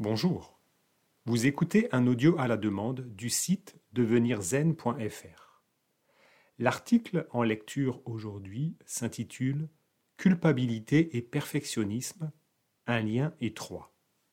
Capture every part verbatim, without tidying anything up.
Bonjour, vous écoutez un audio à la demande du site devenir zen point f r. L'article en lecture aujourd'hui s'intitule « Culpabilité et perfectionnisme, un lien étroit ».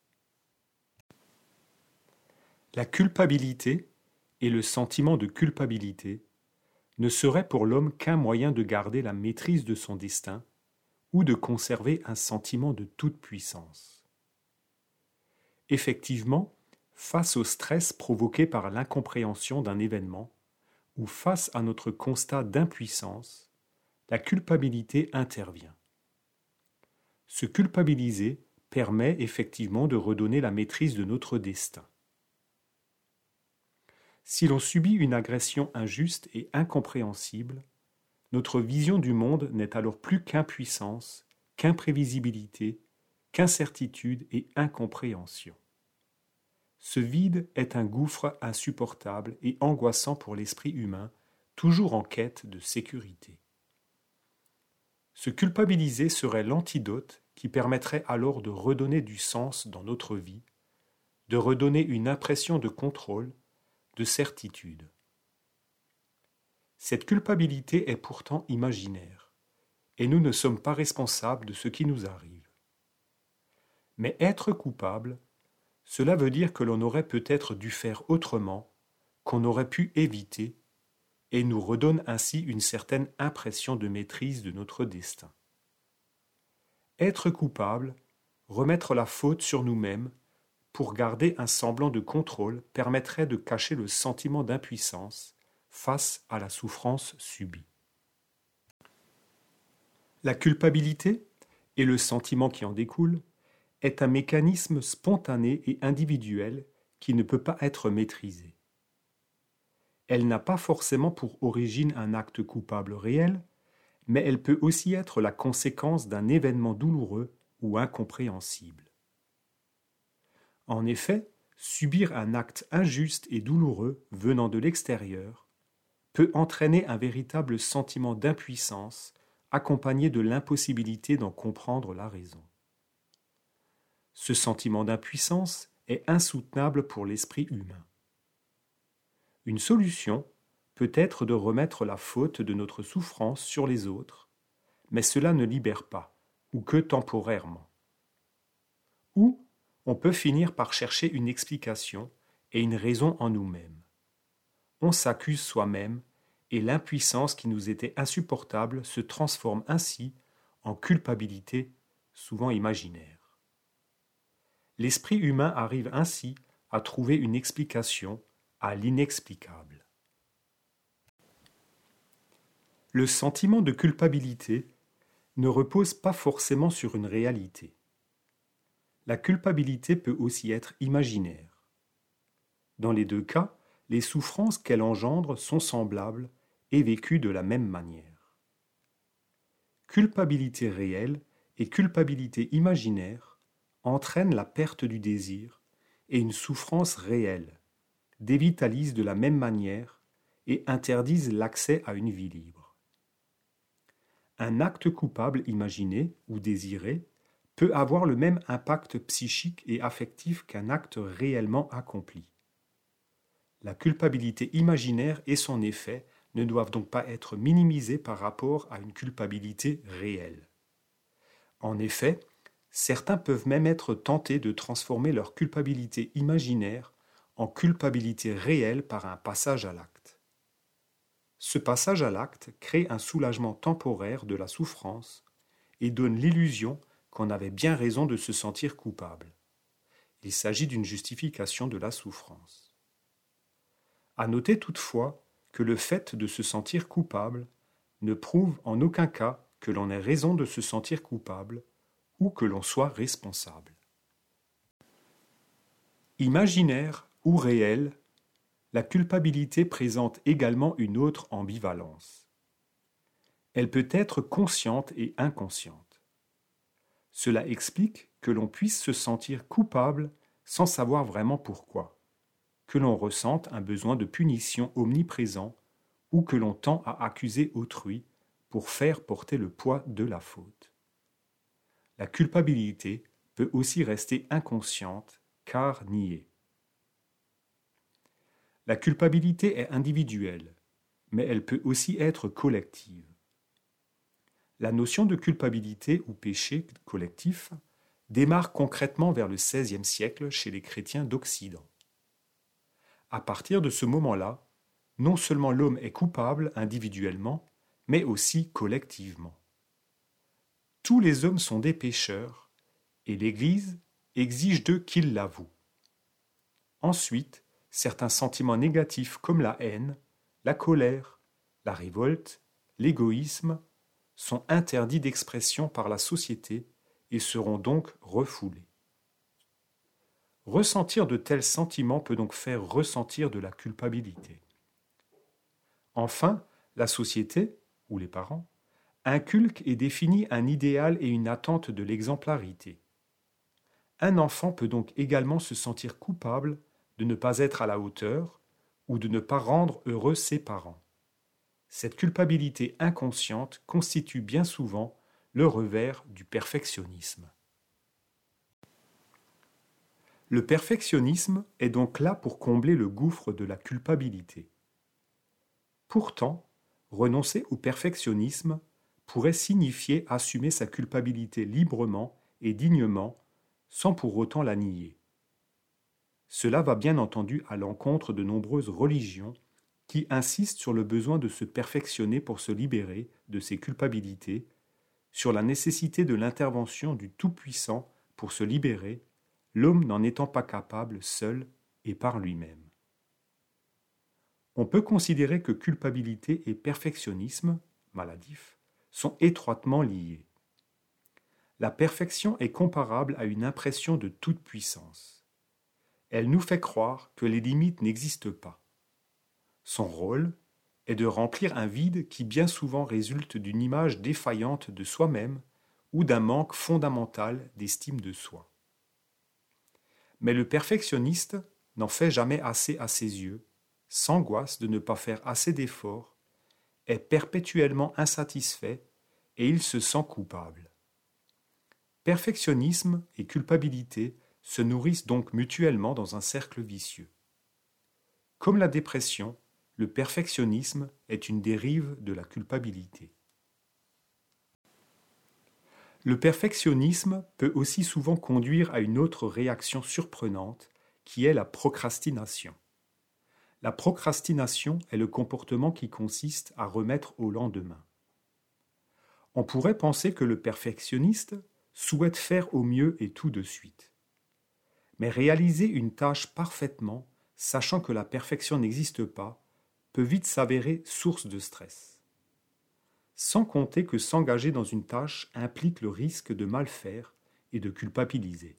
La culpabilité et le sentiment de culpabilité ne seraient pour l'homme qu'un moyen de garder la maîtrise de son destin ou de conserver un sentiment de toute puissance. Effectivement, face au stress provoqué par l'incompréhension d'un événement ou face à notre constat d'impuissance, la culpabilité intervient. Se culpabiliser permet effectivement de redonner la maîtrise de notre destin. Si l'on subit une agression injuste et incompréhensible, notre vision du monde n'est alors plus qu'impuissance, qu'imprévisibilité, qu'incertitude et incompréhension. Ce vide est un gouffre insupportable et angoissant pour l'esprit humain, toujours en quête de sécurité. Se culpabiliser serait l'antidote qui permettrait alors de redonner du sens dans notre vie, de redonner une impression de contrôle, de certitude. Cette culpabilité est pourtant imaginaire, et nous ne sommes pas responsables de ce qui nous arrive. Mais être coupable, cela veut dire que l'on aurait peut-être dû faire autrement, qu'on aurait pu éviter, et nous redonne ainsi une certaine impression de maîtrise de notre destin. Être coupable, remettre la faute sur nous-mêmes, pour garder un semblant de contrôle permettrait de cacher le sentiment d'impuissance face à la souffrance subie. La culpabilité, et le sentiment qui en découle, est un mécanisme spontané et individuel qui ne peut pas être maîtrisé. Elle n'a pas forcément pour origine un acte coupable réel, mais elle peut aussi être la conséquence d'un événement douloureux ou incompréhensible. En effet, subir un acte injuste et douloureux venant de l'extérieur peut entraîner un véritable sentiment d'impuissance accompagné de l'impossibilité d'en comprendre la raison. Ce sentiment d'impuissance est insoutenable pour l'esprit humain. Une solution peut être de remettre la faute de notre souffrance sur les autres, mais cela ne libère pas, ou que temporairement. Ou on peut finir par chercher une explication et une raison en nous-mêmes. On s'accuse soi-même et l'impuissance qui nous était insupportable se transforme ainsi en culpabilité, souvent imaginaire. L'esprit humain arrive ainsi à trouver une explication à l'inexplicable. Le sentiment de culpabilité ne repose pas forcément sur une réalité. La culpabilité peut aussi être imaginaire. Dans les deux cas, les souffrances qu'elle engendre sont semblables et vécues de la même manière. Culpabilité réelle et culpabilité imaginaire entraînent la perte du désir et une souffrance réelle, dévitalisent de la même manière et interdisent l'accès à une vie libre. Un acte coupable imaginé ou désiré peut avoir le même impact psychique et affectif qu'un acte réellement accompli. La culpabilité imaginaire et son effet ne doivent donc pas être minimisés par rapport à une culpabilité réelle. En effet, certains peuvent même être tentés de transformer leur culpabilité imaginaire en culpabilité réelle par un passage à l'acte. Ce passage à l'acte crée un soulagement temporaire de la souffrance et donne l'illusion qu'on avait bien raison de se sentir coupable. Il s'agit d'une justification de la souffrance. À noter toutefois que le fait de se sentir coupable ne prouve en aucun cas que l'on ait raison de se sentir coupable ou que l'on soit responsable. Imaginaire ou réel, la culpabilité présente également une autre ambivalence. Elle peut être consciente et inconsciente. Cela explique que l'on puisse se sentir coupable sans savoir vraiment pourquoi, que l'on ressente un besoin de punition omniprésent ou que l'on tend à accuser autrui pour faire porter le poids de la faute. La culpabilité peut aussi rester inconsciente car nier. La culpabilité est individuelle, mais elle peut aussi être collective. La notion de culpabilité ou péché collectif démarre concrètement vers le seizième siècle chez les chrétiens d'Occident. À partir de ce moment-là, non seulement l'homme est coupable individuellement, mais aussi collectivement. Tous les hommes sont des pécheurs, et l'Église exige d'eux qu'ils l'avouent. Ensuite, certains sentiments négatifs comme la haine, la colère, la révolte, l'égoïsme sont interdits d'expression par la société et seront donc refoulés. Ressentir de tels sentiments peut donc faire ressentir de la culpabilité. Enfin, la société, ou les parents, inculque et définit un idéal et une attente de l'exemplarité. Un enfant peut donc également se sentir coupable de ne pas être à la hauteur ou de ne pas rendre heureux ses parents. Cette culpabilité inconsciente constitue bien souvent le revers du perfectionnisme. Le perfectionnisme est donc là pour combler le gouffre de la culpabilité. Pourtant, renoncer au perfectionnisme pourrait signifier assumer sa culpabilité librement et dignement sans pour autant la nier. Cela va bien entendu à l'encontre de nombreuses religions qui insistent sur le besoin de se perfectionner pour se libérer de ses culpabilités, sur la nécessité de l'intervention du Tout-Puissant pour se libérer, l'homme n'en étant pas capable seul et par lui-même. On peut considérer que culpabilité et perfectionnisme, maladif, sont étroitement liés. La perfection est comparable à une impression de toute puissance. Elle nous fait croire que les limites n'existent pas. Son rôle est de remplir un vide qui bien souvent résulte d'une image défaillante de soi-même ou d'un manque fondamental d'estime de soi. Mais le perfectionniste n'en fait jamais assez à ses yeux, s'angoisse de ne pas faire assez d'efforts, est perpétuellement insatisfait et il se sent coupable. Perfectionnisme et culpabilité se nourrissent donc mutuellement dans un cercle vicieux. Comme la dépression, le perfectionnisme est une dérive de la culpabilité. Le perfectionnisme peut aussi souvent conduire à une autre réaction surprenante, qui est la procrastination. La procrastination est le comportement qui consiste à remettre au lendemain. On pourrait penser que le perfectionniste souhaite faire au mieux et tout de suite. Mais réaliser une tâche parfaitement, sachant que la perfection n'existe pas, peut vite s'avérer source de stress. Sans compter que s'engager dans une tâche implique le risque de mal faire et de culpabiliser.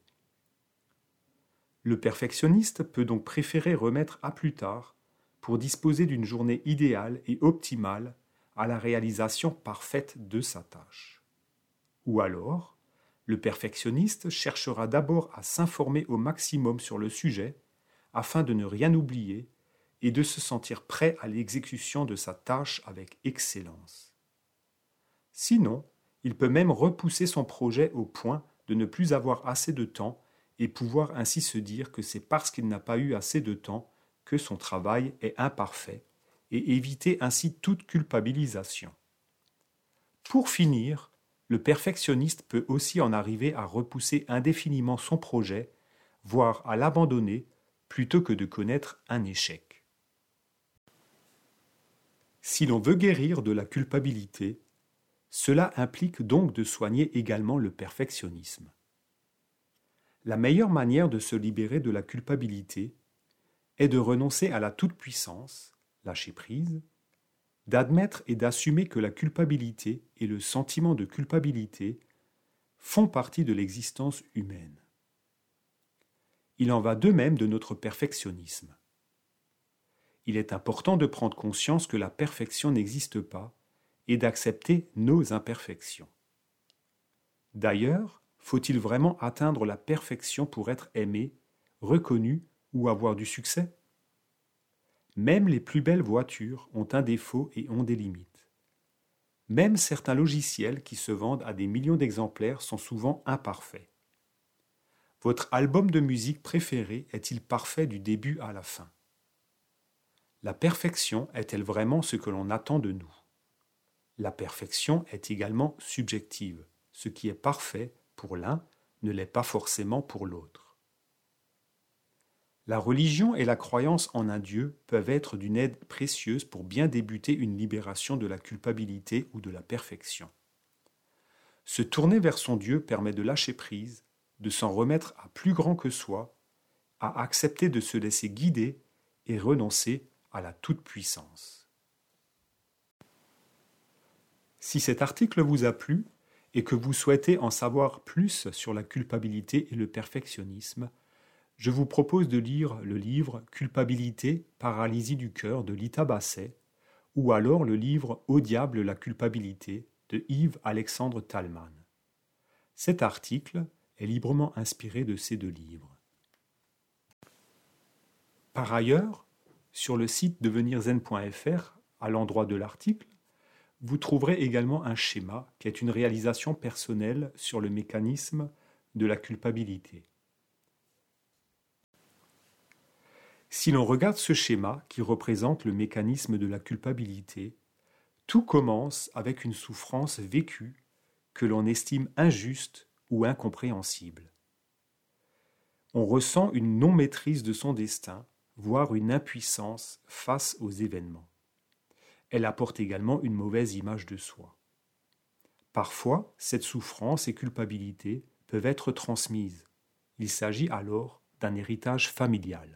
Le perfectionniste peut donc préférer remettre à plus tard pour disposer d'une journée idéale et optimale à la réalisation parfaite de sa tâche. Ou alors, le perfectionniste cherchera d'abord à s'informer au maximum sur le sujet afin de ne rien oublier et de se sentir prêt à l'exécution de sa tâche avec excellence. Sinon, il peut même repousser son projet au point de ne plus avoir assez de temps et pouvoir ainsi se dire que c'est parce qu'il n'a pas eu assez de temps que son travail est imparfait et éviter ainsi toute culpabilisation. Pour finir, le perfectionniste peut aussi en arriver à repousser indéfiniment son projet, voire à l'abandonner plutôt que de connaître un échec. Si l'on veut guérir de la culpabilité, cela implique donc de soigner également le perfectionnisme. La meilleure manière de se libérer de la culpabilité est de renoncer à la toute-puissance, lâcher prise, d'admettre et d'assumer que la culpabilité et le sentiment de culpabilité font partie de l'existence humaine. Il en va de même de notre perfectionnisme. Il est important de prendre conscience que la perfection n'existe pas et d'accepter nos imperfections. D'ailleurs, faut-il vraiment atteindre la perfection pour être aimé, reconnu ou avoir du succès ? Même les plus belles voitures ont un défaut et ont des limites. Même certains logiciels qui se vendent à des millions d'exemplaires sont souvent imparfaits. Votre album de musique préféré est-il parfait du début à la fin? La perfection est-elle vraiment ce que l'on attend de nous? La perfection est également subjective. Ce qui est parfait pour l'un ne l'est pas forcément pour l'autre. La religion et la croyance en un Dieu peuvent être d'une aide précieuse pour bien débuter une libération de la culpabilité ou de la perfection. Se tourner vers son Dieu permet de lâcher prise, de s'en remettre à plus grand que soi, à accepter de se laisser guider et renoncer à la toute-puissance. Si cet article vous a plu et que vous souhaitez en savoir plus sur la culpabilité et le perfectionnisme, je vous propose de lire le livre Culpabilité, paralysie du cœur de Lita Basset, ou alors le livre Au diable la culpabilité de Yves-Alexandre Talman. Cet article est librement inspiré de ces deux livres. Par ailleurs, sur le site devenir zen point f r, à l'endroit de l'article, vous trouverez également un schéma qui est une réalisation personnelle sur le mécanisme de la culpabilité. Si l'on regarde ce schéma qui représente le mécanisme de la culpabilité, tout commence avec une souffrance vécue que l'on estime injuste ou incompréhensible. On ressent une non-maîtrise de son destin, voire une impuissance face aux événements. Elle apporte également une mauvaise image de soi. Parfois, cette souffrance et culpabilité peuvent être transmises. Il s'agit alors d'un héritage familial.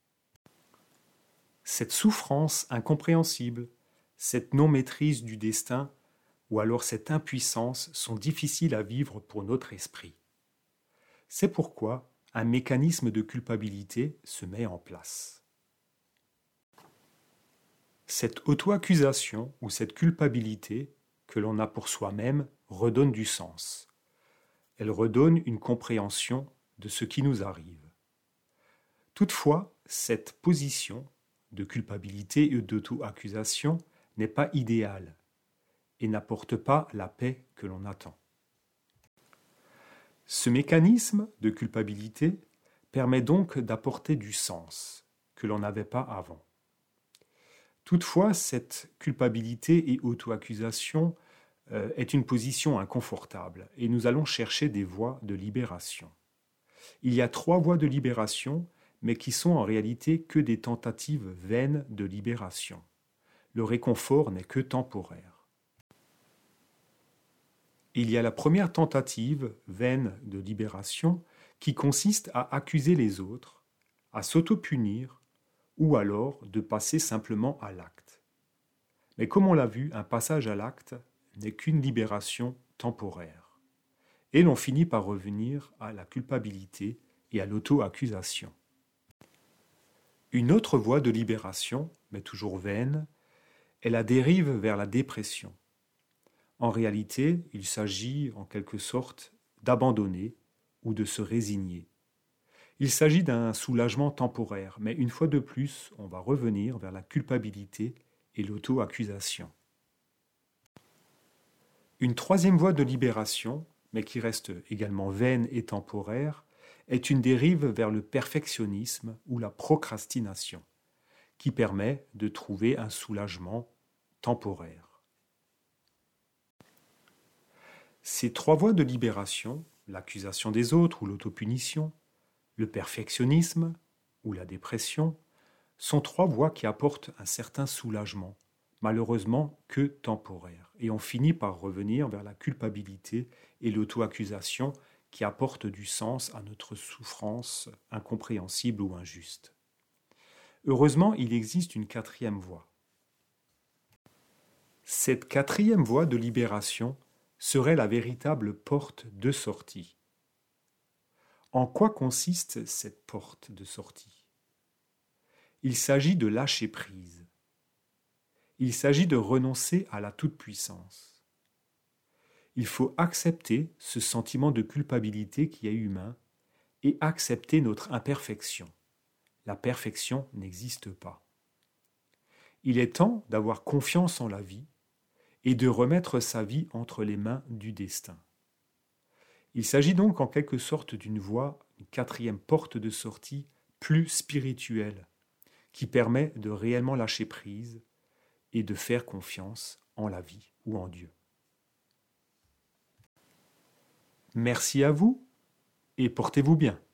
Cette souffrance incompréhensible, cette non-maîtrise du destin ou alors cette impuissance sont difficiles à vivre pour notre esprit. C'est pourquoi un mécanisme de culpabilité se met en place. Cette auto-accusation ou cette culpabilité que l'on a pour soi-même redonne du sens. Elle redonne une compréhension de ce qui nous arrive. Toutefois, cette position de culpabilité et d'auto-accusation n'est pas idéale et n'apporte pas la paix que l'on attend. Ce mécanisme de culpabilité permet donc d'apporter du sens que l'on n'avait pas avant. Toutefois, cette culpabilité et auto-accusation euh, est une position inconfortable et nous allons chercher des voies de libération. Il y a trois voies de libération, mais qui sont en réalité que des tentatives vaines de libération. Le réconfort n'est que temporaire. Il y a la première tentative vaine de libération qui consiste à accuser les autres, à s'auto-punir ou alors de passer simplement à l'acte. Mais comme on l'a vu, un passage à l'acte n'est qu'une libération temporaire. Et l'on finit par revenir à la culpabilité et à l'auto-accusation. Une autre voie de libération, mais toujours vaine, est la dérive vers la dépression. En réalité, il s'agit en quelque sorte d'abandonner ou de se résigner. Il s'agit d'un soulagement temporaire, mais une fois de plus, on va revenir vers la culpabilité et l'auto-accusation. Une troisième voie de libération, mais qui reste également vaine et temporaire, est une dérive vers le perfectionnisme ou la procrastination, qui permet de trouver un soulagement temporaire. Ces trois voies de libération, l'accusation des autres ou l'autopunition, le perfectionnisme ou la dépression, sont trois voies qui apportent un certain soulagement, malheureusement que temporaire, et on finit par revenir vers la culpabilité et l'auto-accusation qui apportent du sens à notre souffrance incompréhensible ou injuste. Heureusement, il existe une quatrième voie. Cette quatrième voie de libération serait la véritable porte de sortie. En quoi consiste cette porte de sortie? Il s'agit de lâcher prise. Il s'agit de renoncer à la toute-puissance. Il faut accepter ce sentiment de culpabilité qui est humain et accepter notre imperfection. La perfection n'existe pas. Il est temps d'avoir confiance en la vie et de remettre sa vie entre les mains du destin. Il s'agit donc en quelque sorte d'une voie une quatrième porte de sortie plus spirituelle, qui permet de réellement lâcher prise et de faire confiance en la vie ou en Dieu. Merci à vous et portez-vous bien.